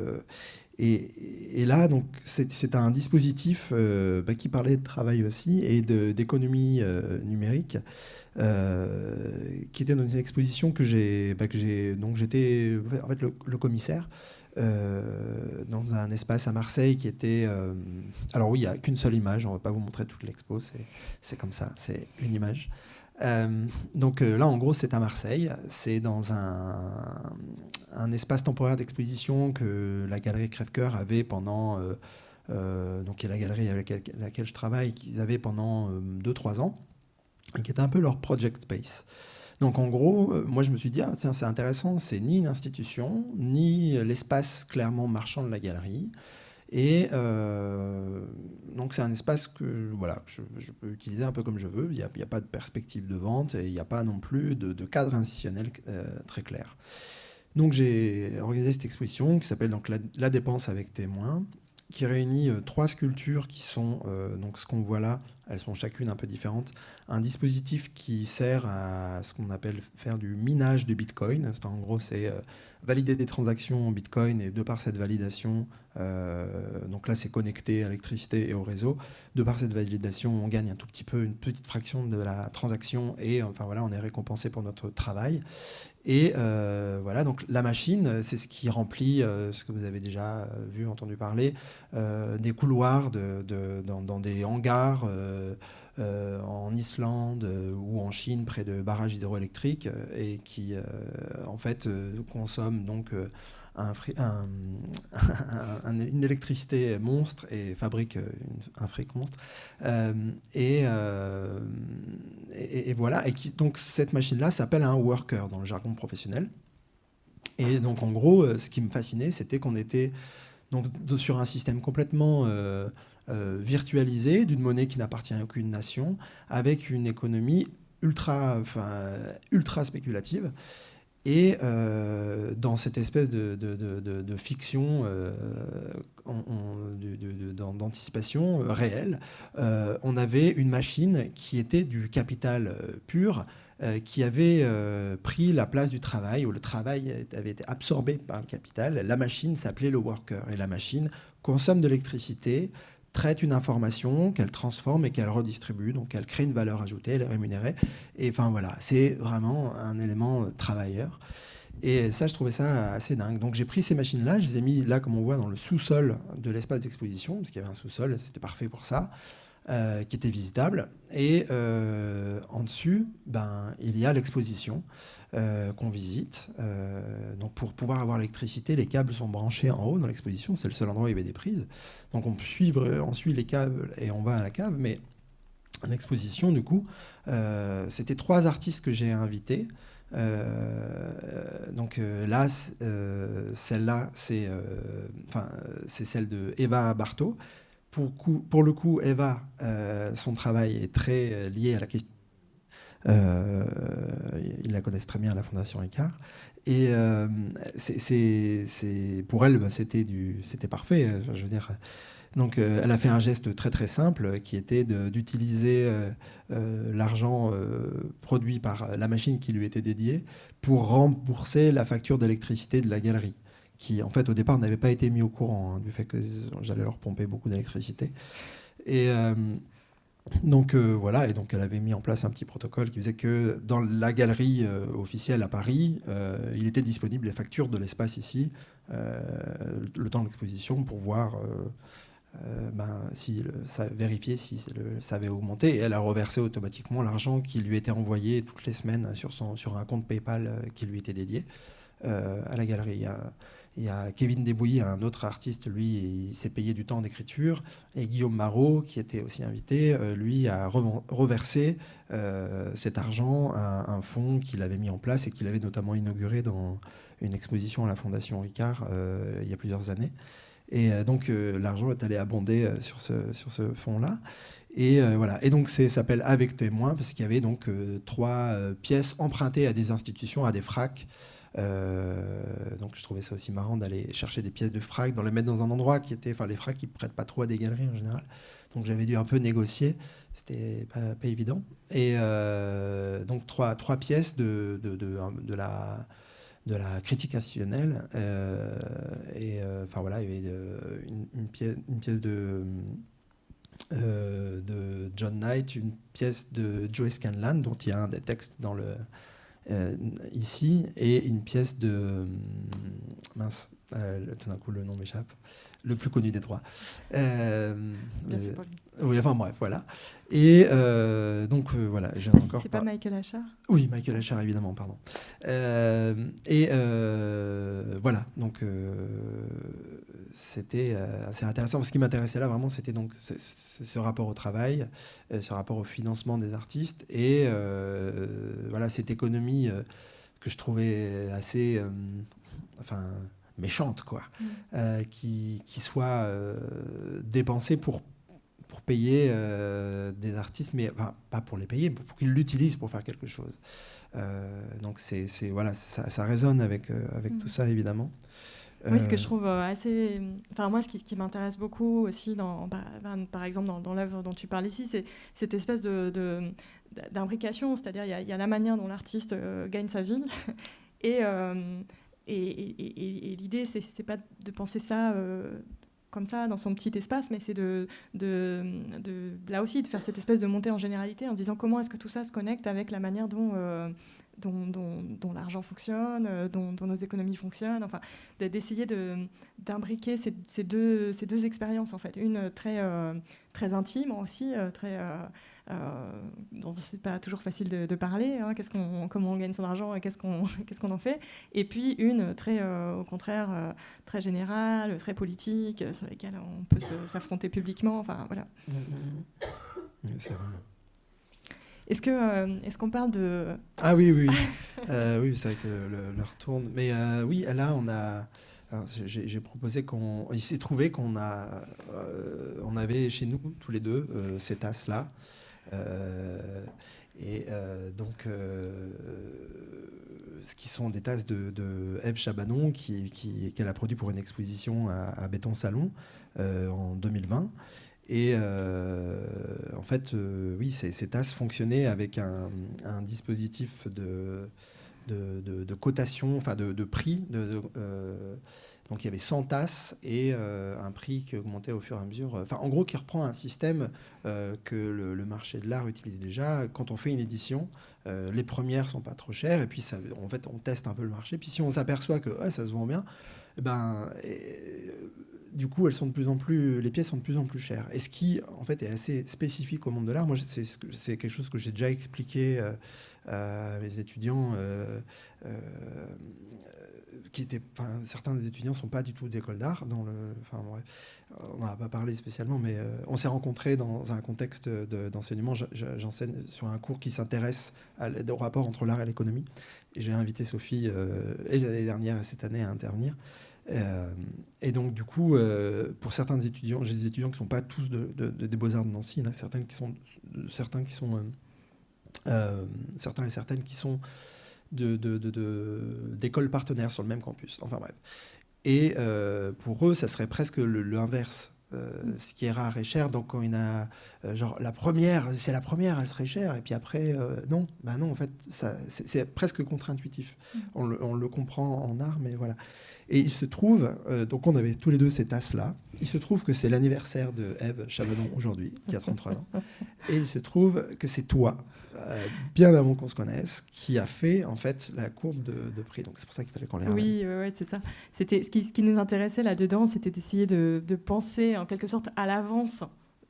Et là, donc, c'est un dispositif qui parlait de travail aussi et d'économie numérique, qui était dans une exposition que donc j'étais en fait le commissaire. Dans un espace à Marseille qui était... alors oui, il n'y a qu'une seule image, on ne va pas vous montrer toute l'expo, c'est comme ça, c'est une image. Donc là, en gros, c'est à Marseille, c'est dans un espace temporaire d'exposition que la galerie Crève-Cœur avait pendant... donc qui est la galerie avec laquelle je travaille, qu'ils avaient pendant 2-3 ans, et qui était un peu leur project space. Donc en gros, moi je me suis dit, tiens, c'est intéressant, c'est ni une institution, ni l'espace clairement marchand de la galerie. Et donc c'est un espace que je peux utiliser un peu comme je veux. Il n'y a pas de perspective de vente et il n'y a pas non plus de cadre institutionnel très clair. Donc j'ai organisé cette exposition qui s'appelle donc la dépense avec témoins. qui réunit 3 sculptures qui sont, donc ce qu'on voit là, elles sont chacune un peu différentes. Un dispositif qui sert à ce qu'on appelle faire du minage de Bitcoin. En gros, c'est valider des transactions en Bitcoin, et de par cette validation, donc là c'est connecté à l'électricité et au réseau, de par cette validation on gagne un tout petit peu, une petite fraction de la transaction, et enfin voilà, on est récompensé pour notre travail. Et voilà, donc la machine, c'est ce qui remplit ce que vous avez déjà vu, entendu parler, des couloirs dans des hangars en Islande ou en Chine, près de barrages hydroélectriques, et qui en fait consomme donc une électricité monstre et fabrique un fric monstre. Et voilà. Et donc cette machine-là s'appelle un worker dans le jargon professionnel. Et donc en gros, ce qui me fascinait, c'était qu'on était donc sur un système complètement virtualisé, d'une monnaie qui n'appartient à aucune nation, avec une économie ultra spéculative. Et dans cette espèce de fiction d'anticipation réelle, on avait une machine qui était du capital pur, qui avait pris la place du travail, où le travail avait été absorbé par le capital. La machine s'appelait le worker, et la machine consomme de l'électricité, traite une information qu'elle transforme et qu'elle redistribue, donc elle crée une valeur ajoutée, elle est rémunérée. Et enfin voilà, c'est vraiment un élément travailleur. Et ça, je trouvais ça assez dingue. Donc j'ai pris ces machines-là, je les ai mis là, comme on voit, dans le sous-sol de l'espace d'exposition, parce qu'il y avait un sous-sol, c'était parfait pour ça, qui était visitable. Et en dessus, il y a l'exposition qu'on visite. Donc pour pouvoir avoir l'électricité, les câbles sont branchés en haut dans l'exposition, c'est le seul endroit où il y avait des prises. Donc on suit les câbles et on va à la cave. Mais en exposition, du coup, c'était 3 artistes que j'ai invités. Donc là, celle-là, c'est celle de Eva Bartho. Pour le coup, Eva, son travail est très lié à la question. Ils la connaissent très bien à la Fondation Ricard. Et pour elle, c'était parfait. Je veux dire. Donc, elle a fait un geste très très simple, qui était d'utiliser l'argent produit par la machine qui lui était dédiée pour rembourser la facture d'électricité de la galerie, qui en fait au départ n'avait pas été mis au courant du fait que j'allais leur pomper beaucoup d'électricité. Et donc voilà, et donc elle avait mis en place un petit protocole qui faisait que dans la galerie officielle à Paris, il était disponible les factures de l'espace ici, le temps de l'exposition, pour voir vérifier si ça avait augmenté. Et elle a reversé automatiquement l'argent qui lui était envoyé toutes les semaines sur un compte PayPal qui lui était dédié à la galerie. Il y a Kevin Desbouilly, un autre artiste, lui, il s'est payé du temps d'écriture. Et Guillaume Marot, qui était aussi invité, lui a reversé cet argent à un fonds qu'il avait mis en place et qu'il avait notamment inauguré dans une exposition à la Fondation Ricard il y a plusieurs années. Et donc l'argent est allé abonder sur ce fonds-là. Et voilà. Et donc ça s'appelle Avec témoin, parce qu'il y avait donc 3 pièces empruntées à des institutions, à des fracs. Donc je trouvais ça aussi marrant d'aller chercher des pièces de frac, de les mettre dans un endroit qui était, les fracs, ils ne prêtent pas trop à des galeries en général. Donc j'avais dû un peu négocier, c'était pas évident. Et donc trois pièces de la critique institutionnelle. Voilà, il y avait une pièce de John Knight, une pièce de Joe Scanlan, dont il y a un des textes dans ici, et une pièce de tout d'un coup le nom m'échappe, le plus connu des 3. Oui, enfin bref, voilà. Et donc voilà. C'est pas Michael Achard ? Oui, Michael Achard, évidemment, pardon. Voilà, donc c'était assez intéressant. Ce qui m'intéressait là, vraiment, c'était donc ce rapport au travail, ce rapport au financement des artistes, et voilà, cette économie que je trouvais assez méchante, quoi, qui soit dépensée pour payer des artistes, mais pas pour les payer, pour qu'ils l'utilisent pour faire quelque chose. Donc voilà, ça résonne avec tout ça, évidemment. Oui, ce que je trouve assez... Enfin, moi, ce qui m'intéresse beaucoup aussi, par exemple, dans l'œuvre dont tu parles ici, c'est cette espèce d'imbrication, c'est-à-dire il y a la manière dont l'artiste gagne sa vie, et l'idée, c'est pas de penser ça comme ça, dans son petit espace, mais c'est là aussi, de faire cette espèce de montée en généralité, en se disant comment est-ce que tout ça se connecte avec la manière dont l'argent fonctionne, dont nos économies fonctionnent, enfin, d'essayer d'imbriquer ces deux expériences, en fait. Une très intime aussi, dont c'est pas toujours facile de parler, hein, comment on gagne son argent et qu'est-ce qu'on en fait, et puis une au contraire, très générale, très politique, sur laquelle on peut s'affronter publiquement, enfin, voilà. C'est vrai. Est-ce qu'on parle de... Ah oui, oui. Oui, c'est vrai que l'heure tourne. Mais oui, là, on a... J'ai proposé il s'est trouvé qu'on avait chez nous, tous les deux, ces tasses-là. Donc, ce qui sont des tasses de Ève Chabanon, qu'elle a produit pour une exposition à Béton Salon en 2020. Et en fait, oui, ces tasses fonctionnaient avec un dispositif de cotation, enfin de prix. Donc il y avait 100 tasses et un prix qui augmentait au fur et à mesure. Enfin, en gros, qui reprend un système que le marché de l'art utilise déjà. Quand on fait une édition, les premières sont pas trop chères et puis en fait, on teste un peu le marché. Puis si on s'aperçoit que ça se vend bien, du coup, les pièces sont de plus en plus chères. Et ce qui, en fait, est assez spécifique au monde de l'art, moi, c'est quelque chose que j'ai déjà expliqué à mes étudiants, certains des étudiants ne sont pas du tout d'école d'art. On n'en a pas parlé spécialement, mais on s'est rencontrés dans un contexte d'enseignement. J'enseigne sur un cours qui s'intéresse au rapport entre l'art et l'économie. Et j'ai invité Sophie, et l'année dernière et cette année, à intervenir. Et donc, du coup, pour certains étudiants, j'ai des étudiants qui ne sont pas tous des Beaux-Arts de Nancy, il y en a certains et certaines qui sont d'écoles partenaires sur le même campus. Enfin bref. Et pour eux, ça serait presque l'inverse. Ce qui est rare et cher. Donc, quand il y a genre la première, elle serait chère. Et puis après, non. Non, en fait, c'est presque contre-intuitif. On le comprend en art, mais voilà. Et il se trouve, donc on avait tous les deux ces tasses-là. Il se trouve que c'est l'anniversaire de Ève Chabanon aujourd'hui, qui a 33 ans. Et il se trouve que c'est toi, bien avant qu'on se connaisse, qui a fait en fait la courbe de prix. Donc c'est pour ça qu'il fallait qu'on les ramène. Oui, c'est ça. C'était ce qui nous intéressait là-dedans, c'était d'essayer de penser en quelque sorte à l'avance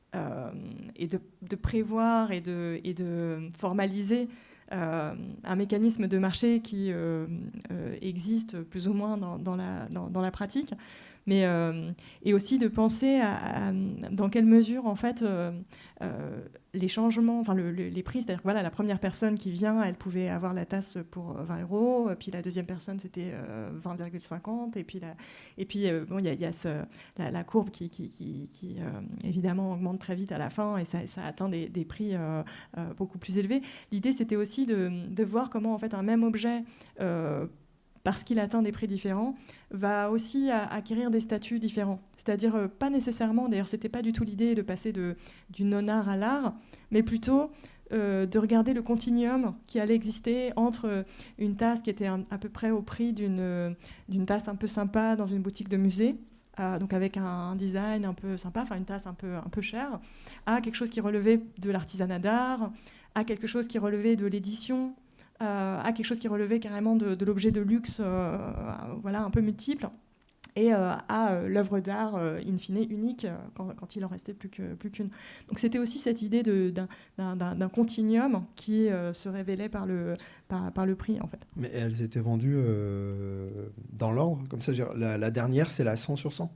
et de prévoir et de formaliser un mécanisme de marché qui existe plus ou moins dans la pratique, mais et aussi de penser dans quelle mesure en fait les changements, enfin les prix, c'est-à-dire que voilà, la première personne qui vient, elle pouvait avoir la tasse pour 20 €, puis la deuxième personne c'était 20,50, et puis bon, il y a la courbe qui évidemment augmente très vite à la fin, et ça atteint des prix beaucoup plus élevés. L'idée c'était aussi de voir comment en fait un même objet parce qu'il atteint des prix différents, va aussi acquérir des statuts différents. C'est-à-dire, pas nécessairement, d'ailleurs, c'était pas du tout l'idée de passer du non-art à l'art, mais plutôt de regarder le continuum qui allait exister entre une tasse qui était à peu près au prix d'une tasse un peu sympa dans une boutique de musée, donc avec un design un peu sympa, enfin une tasse un peu chère, à quelque chose qui relevait de l'artisanat d'art, à quelque chose qui relevait de l'édition, à quelque chose qui relevait carrément de l'objet de luxe, voilà, un peu multiple, et à l'œuvre d'art in fine unique quand il en restait plus qu'une. Donc c'était aussi cette idée d'un continuum qui se révélait par le prix en fait. Mais elles étaient vendues dans l'ordre, comme ça. La dernière, c'est la 100 sur 100.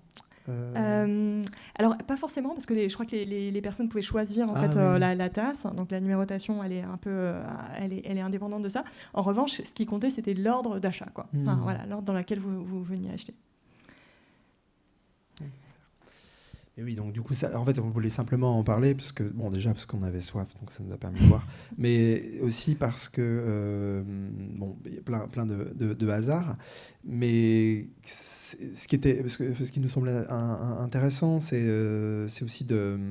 Alors pas forcément, parce que je crois que les personnes pouvaient choisir en fait oui. La tasse, donc la numérotation elle est un peu elle est indépendante de ça. En revanche, ce qui comptait c'était l'ordre d'achat, quoi. Enfin, voilà, l'ordre dans lequel vous veniez acheter. Et oui, donc du coup, ça, en fait, on voulait simplement en parler, parce que, bon, déjà parce qu'on avait soif, donc ça nous a permis de voir, mais aussi parce que, bon, il y a plein de hasard, mais ce qui nous semblait intéressant, c'est aussi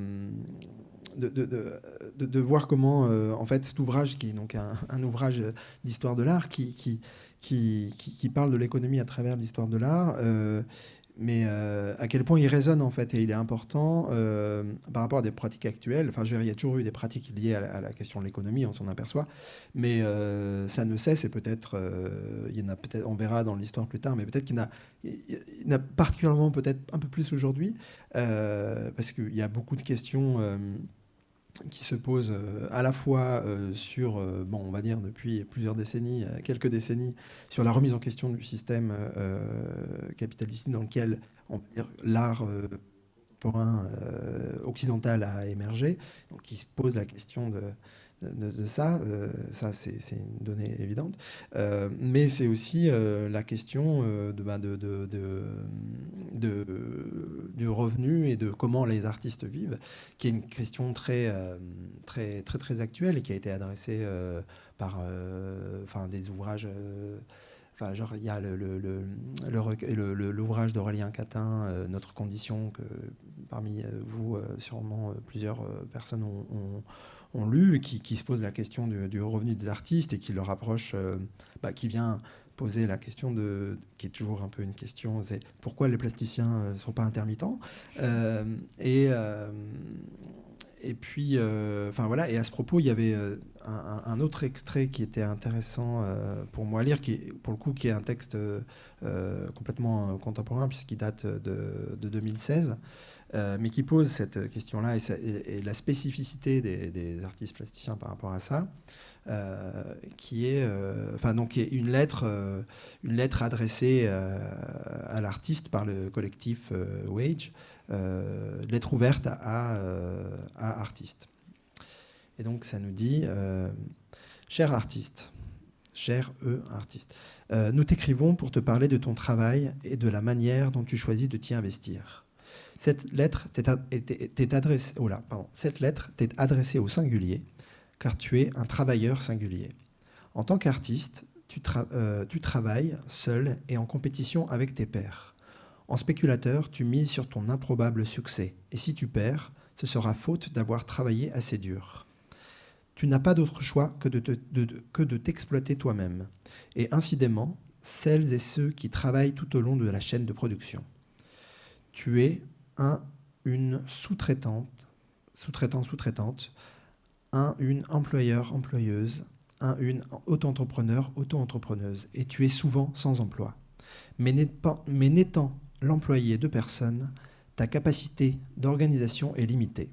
de voir comment, en fait, cet ouvrage, qui est donc un ouvrage d'histoire de l'art, qui parle de l'économie à travers l'histoire de l'art, mais à quel point il résonne en fait, et il est important par rapport à des pratiques actuelles. Enfin, je veux dire, il y a toujours eu des pratiques liées à la question de l'économie, on s'en aperçoit, mais ça ne cesse, et peut-être, il y en a peut-être, on verra dans l'histoire plus tard, mais peut-être il y en a particulièrement peut-être un peu plus aujourd'hui, parce qu'il y a beaucoup de questions qui se pose à la fois sur, bon, on va dire depuis plusieurs décennies, quelques décennies, sur la remise en question du système capitaliste dans lequel l'art contemporain occidental a émergé, donc qui se pose la question de ça. Ça, c'est une donnée évidente. Mais c'est aussi la question du revenu et de comment les artistes vivent, qui est une question très actuelle et qui a été adressée par des ouvrages. Enfin, genre, il y a l'ouvrage d'Aurélien Catin, Notre condition, que parmi vous, sûrement plusieurs personnes ont lu, qui se pose la question du revenu des artistes et qui le rapproche, qui vient poser la question qui est toujours un peu une question, c'est pourquoi les plasticiens ne sont pas intermittents. Et puis, voilà. Et à ce propos, il y avait un autre extrait qui était intéressant pour moi à lire, pour le coup, qui est un texte complètement contemporain, puisqu'il date de 2016, mais qui pose cette question-là et la spécificité des artistes plasticiens par rapport à ça, qui est une lettre adressée à l'artiste par le collectif Wage. Lettre ouverte à artistes. Et donc ça nous dit cher artiste, cher artiste, nous t'écrivons pour te parler de ton travail et de la manière dont tu choisis de t'y investir. Cette lettre t'est adressée au singulier, car tu es un travailleur singulier. En tant qu'artiste, tu travailles seul et en compétition avec tes pairs. En spéculateur, tu mises sur ton improbable succès, et si tu perds, ce sera faute d'avoir travaillé assez dur. Tu n'as pas d'autre choix que de t'exploiter toi-même, et incidemment, celles et ceux qui travaillent tout au long de la chaîne de production. Tu es une sous-traitante, une employeur-employeuse, une auto-entrepreneuse, et tu es souvent sans emploi. Mais n'étant l'employé de personne, ta capacité d'organisation est limitée.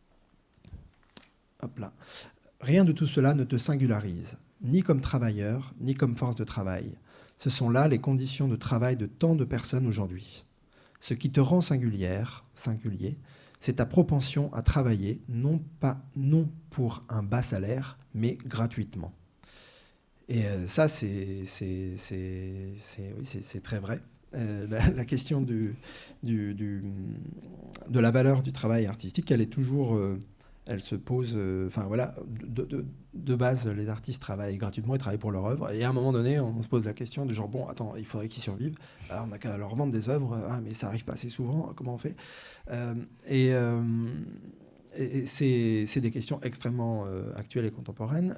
Hop là. Rien de tout cela ne te singularise, ni comme travailleur, ni comme force de travail. Ce sont là les conditions de travail de tant de personnes aujourd'hui. Ce qui te rend singulier, c'est ta propension à travailler, non pour un bas salaire, mais gratuitement. Et ça, c'est très vrai. La question de la valeur du travail artistique, elle est toujours, elle se pose. De base, les artistes travaillent gratuitement, ils travaillent pour leur œuvre. Et à un moment donné, on se pose la question de genre, bon, attends, il faudrait qu'ils survivent. Alors, on n'a qu'à leur vendre des œuvres. Ah, mais ça arrive pas assez souvent. Comment on fait? Et c'est des questions extrêmement actuelles et contemporaines.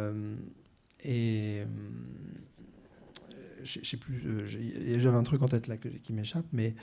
Je sais plus, j'avais un truc en tête là qui m'échappe, mais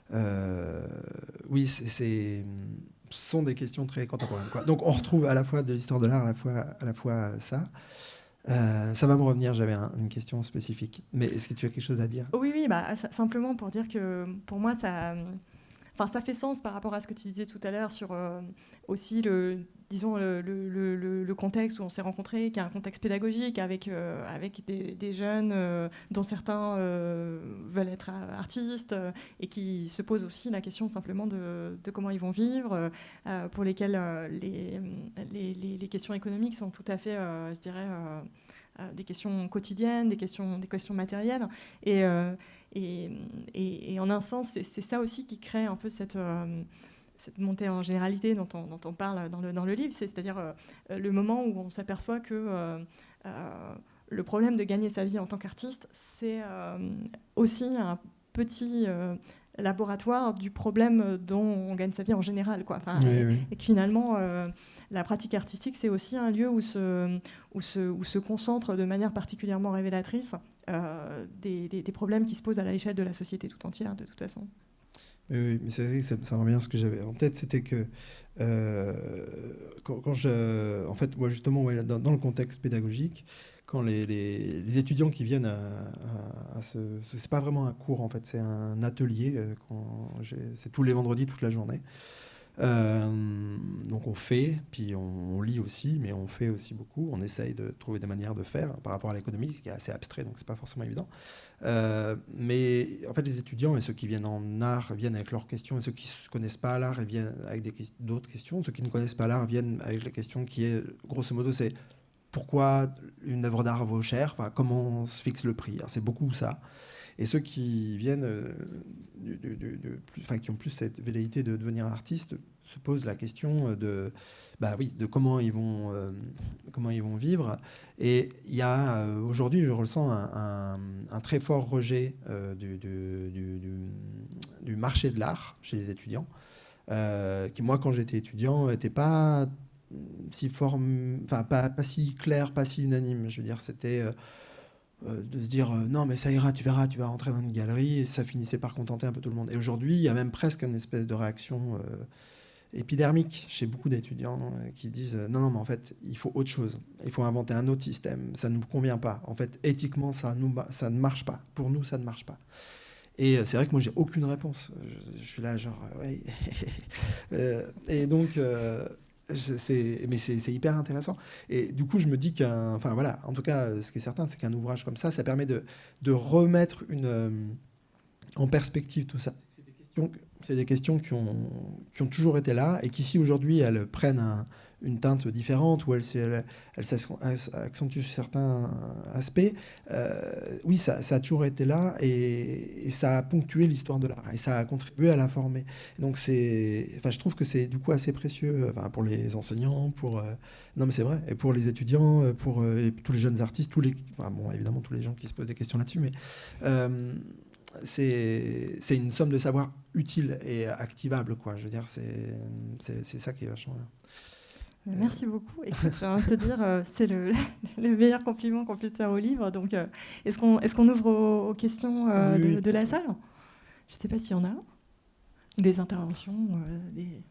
oui, ce sont des questions très contemporaines, quoi. Donc on retrouve à la fois de l'histoire de l'art, à la fois ça. Ça va me revenir, j'avais une question spécifique. Mais est-ce que tu as quelque chose à dire? Oui, simplement pour dire que pour moi, ça fait sens par rapport à ce que tu disais tout à l'heure sur aussi le contexte où on s'est rencontrés, qui est un contexte pédagogique avec des jeunes dont certains veulent être artistes et qui se posent aussi la question simplement de comment ils vont vivre, pour lesquels les questions économiques sont tout à fait, je dirais, des questions quotidiennes, des questions matérielles. Et en un sens, c'est ça aussi qui crée un peu cette cette montée en généralité dont on parle dans le livre, c'est-à-dire le moment où on s'aperçoit que le problème de gagner sa vie en tant qu'artiste, c'est aussi un petit laboratoire du problème dont on gagne sa vie en général, quoi. Enfin, et que finalement, la pratique artistique, c'est aussi un lieu où se concentrent de manière particulièrement révélatrice des problèmes qui se posent à l'échelle de la société tout entière, de toute façon. Oui, mais c'est vrai que ça revient à ce que j'avais en tête, c'était que en fait, moi justement, ouais, dans le contexte pédagogique, quand les étudiants qui viennent c'est pas vraiment un cours en fait, c'est un atelier, c'est tous les vendredis, toute la journée. Donc on fait, puis on lit aussi, mais on fait aussi beaucoup. On essaye de trouver des manières de faire par rapport à l'économie, ce qui est assez abstrait, donc c'est pas forcément évident. Mais en fait, les étudiants et ceux qui viennent en art viennent avec leurs questions, et ceux qui ne connaissent pas l'art viennent avec d'autres questions. Ceux qui ne connaissent pas l'art viennent avec la question qui est, grosso modo, c'est pourquoi une œuvre d'art vaut cher, enfin, comment on se fixe le prix. Alors, c'est beaucoup ça. Et ceux qui viennent, qui ont plus cette velléité de devenir artiste, se posent la question de comment ils vont vivre. Et il y a aujourd'hui, je ressens un très fort rejet du marché de l'art chez les étudiants, qui moi, quand j'étais étudiant, n'était pas si pas si clair, pas si unanime. Je veux dire, c'était de se dire non mais ça ira, tu verras, tu vas rentrer dans une galerie, et ça finissait par contenter un peu tout le monde. Et aujourd'hui, il y a même presque une espèce de réaction épidermique chez beaucoup d'étudiants qui disent non mais en fait il faut autre chose, il faut inventer un autre système, ça ne nous convient pas, en fait éthiquement ça ne marche pas, pour nous ça ne marche pas. Et c'est vrai que moi j'ai aucune réponse, je suis là genre ouais. Et donc mais c'est hyper intéressant. Et du coup, je me dis enfin voilà, en tout cas, ce qui est certain, c'est qu'un ouvrage comme ça permet de remettre en perspective tout ça. C'est des questions qui ont toujours été là et qui, si aujourd'hui elles prennent une teinte différente ou elles accentuent certains aspects, oui, ça a toujours été là et ça a ponctué l'histoire de l'art et ça a contribué à la former. Donc je trouve que c'est du coup assez précieux pour les enseignants, non mais c'est vrai, et pour les étudiants, et tous les jeunes artistes, évidemment tous les gens qui se posent des questions là-dessus, mais c'est une somme de savoir utile et activable, quoi. Je veux dire, c'est ça qui est vachement bien. Merci beaucoup. Écoute, j'ai envie de te dire, c'est le meilleur compliment qu'on puisse faire au livre. Donc, est-ce qu'on ouvre aux questions de la salle ? Je ne sais pas s'il y en a. Des interventions, des...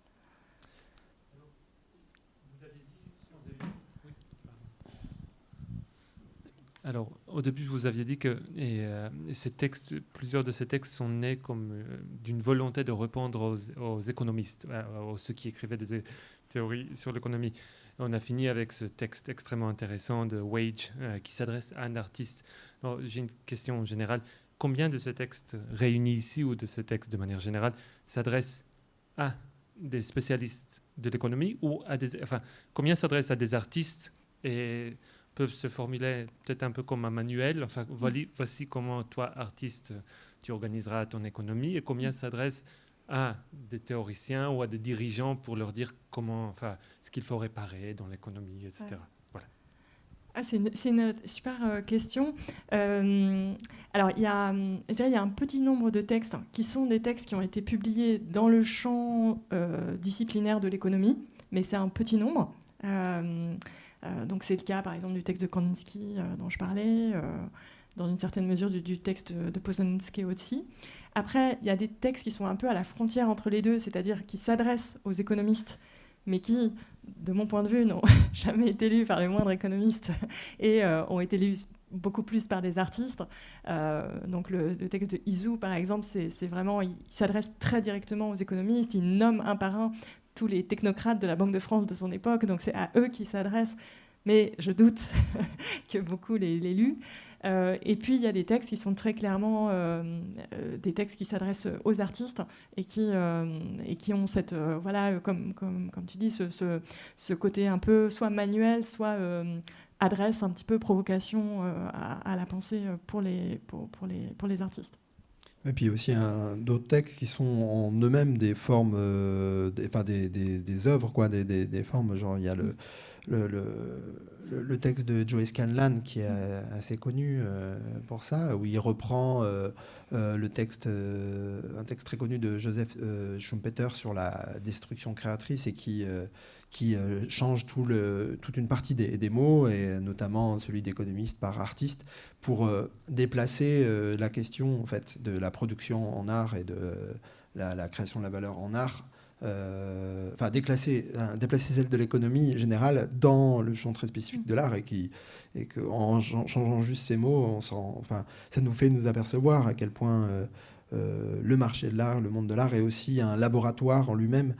Alors, au début, vous aviez dit que plusieurs de ces textes sont nés comme d'une volonté de répondre aux économistes, aux ceux qui écrivaient des théories sur l'économie. On a fini avec ce texte extrêmement intéressant de Wage qui s'adresse à un artiste. Alors, j'ai une question générale. Combien de ces textes réunis ici ou de ces textes de manière générale s'adressent à des spécialistes de l'économie ou combien s'adressent à des artistes et peuvent se formuler peut-être un peu comme un manuel. Enfin, voici comment toi, artiste, tu organiseras ton économie, et combien s'adresse à des théoriciens ou à des dirigeants pour leur dire ce qu'il faut réparer dans l'économie, etc. Ouais. Voilà. C'est une super question. Alors, il y a un petit nombre de textes qui sont des textes qui ont été publiés dans le champ disciplinaire de l'économie, mais c'est un petit nombre. Donc c'est le cas, par exemple, du texte de Kandinsky dont je parlais, dans une certaine mesure du texte de Posnanski aussi. Après, il y a des textes qui sont un peu à la frontière entre les deux, c'est-à-dire qui s'adressent aux économistes, mais qui, de mon point de vue, n'ont jamais été lus par les moindres économistes et ont été lus beaucoup plus par des artistes. Donc le texte de Izou, par exemple, c'est vraiment, il s'adresse très directement aux économistes, il nomme un par un tous les technocrates de la Banque de France de son époque, donc c'est à eux qu'il s'adresse, mais je doute que beaucoup l'aient lu. Et puis il y a des textes qui sont très clairement des textes qui s'adressent aux artistes et qui ont cette comme tu dis ce côté un peu soit manuel, soit adresse un petit peu provocation à la pensée pour les artistes. Et puis aussi d'autres textes qui sont en eux-mêmes des formes, des œuvres, quoi, des formes. Genre, il y a le texte de Joe Scanlan qui est assez connu pour ça, où il reprend un texte très connu de Joseph Schumpeter sur la destruction créatrice et qui change toute une partie des mots, et notamment celui d'économiste par artiste, pour déplacer la question en fait, de la production en art et de la création de la valeur en art, déplacer celle de l'économie générale dans le champ très spécifique de l'art, et qu'en changeant juste ces mots, ça nous fait nous apercevoir à quel point le marché de l'art, le monde de l'art est aussi un laboratoire en lui-même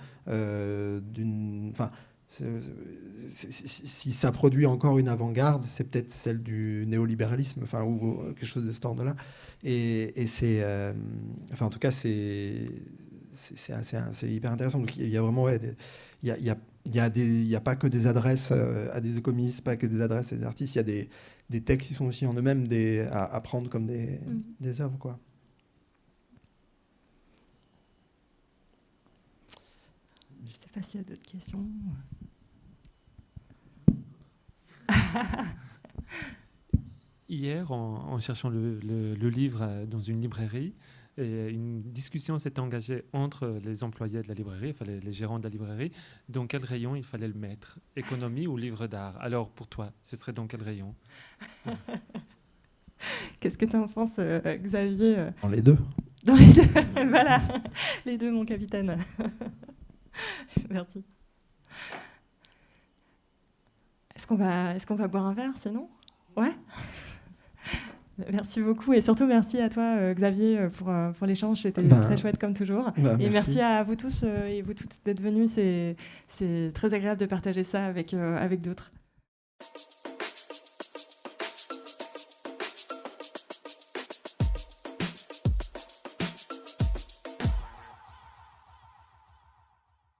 si ça produit encore une avant-garde, c'est peut-être celle du néolibéralisme, ou quelque chose de ce ordre-là. Et c'est, en tout cas, c'est hyper intéressant. Donc il y a vraiment, il y a pas que des adresses à des économistes, pas que des adresses à des artistes. Il y a des textes qui sont aussi en eux-mêmes à prendre comme des œuvres, quoi. Je ne sais pas s'il y a d'autres questions. Hier, en cherchant le livre dans une librairie, une discussion s'est engagée entre les employés de la librairie, enfin les gérants de la librairie, dans quel rayon il fallait le mettre, économie ou livre d'art. Alors pour toi, ce serait dans quel rayon? Qu'est-ce que tu en penses, Xavier? Dans les deux. Dans les deux, voilà, les deux, mon capitaine. Merci. Est-ce qu'on va boire un verre, sinon? Ouais. Merci beaucoup, et surtout merci à toi, Xavier, pour l'échange. C'était très chouette comme toujours. Et merci à vous tous et vous toutes d'être venus. C'est très agréable de partager ça avec d'autres.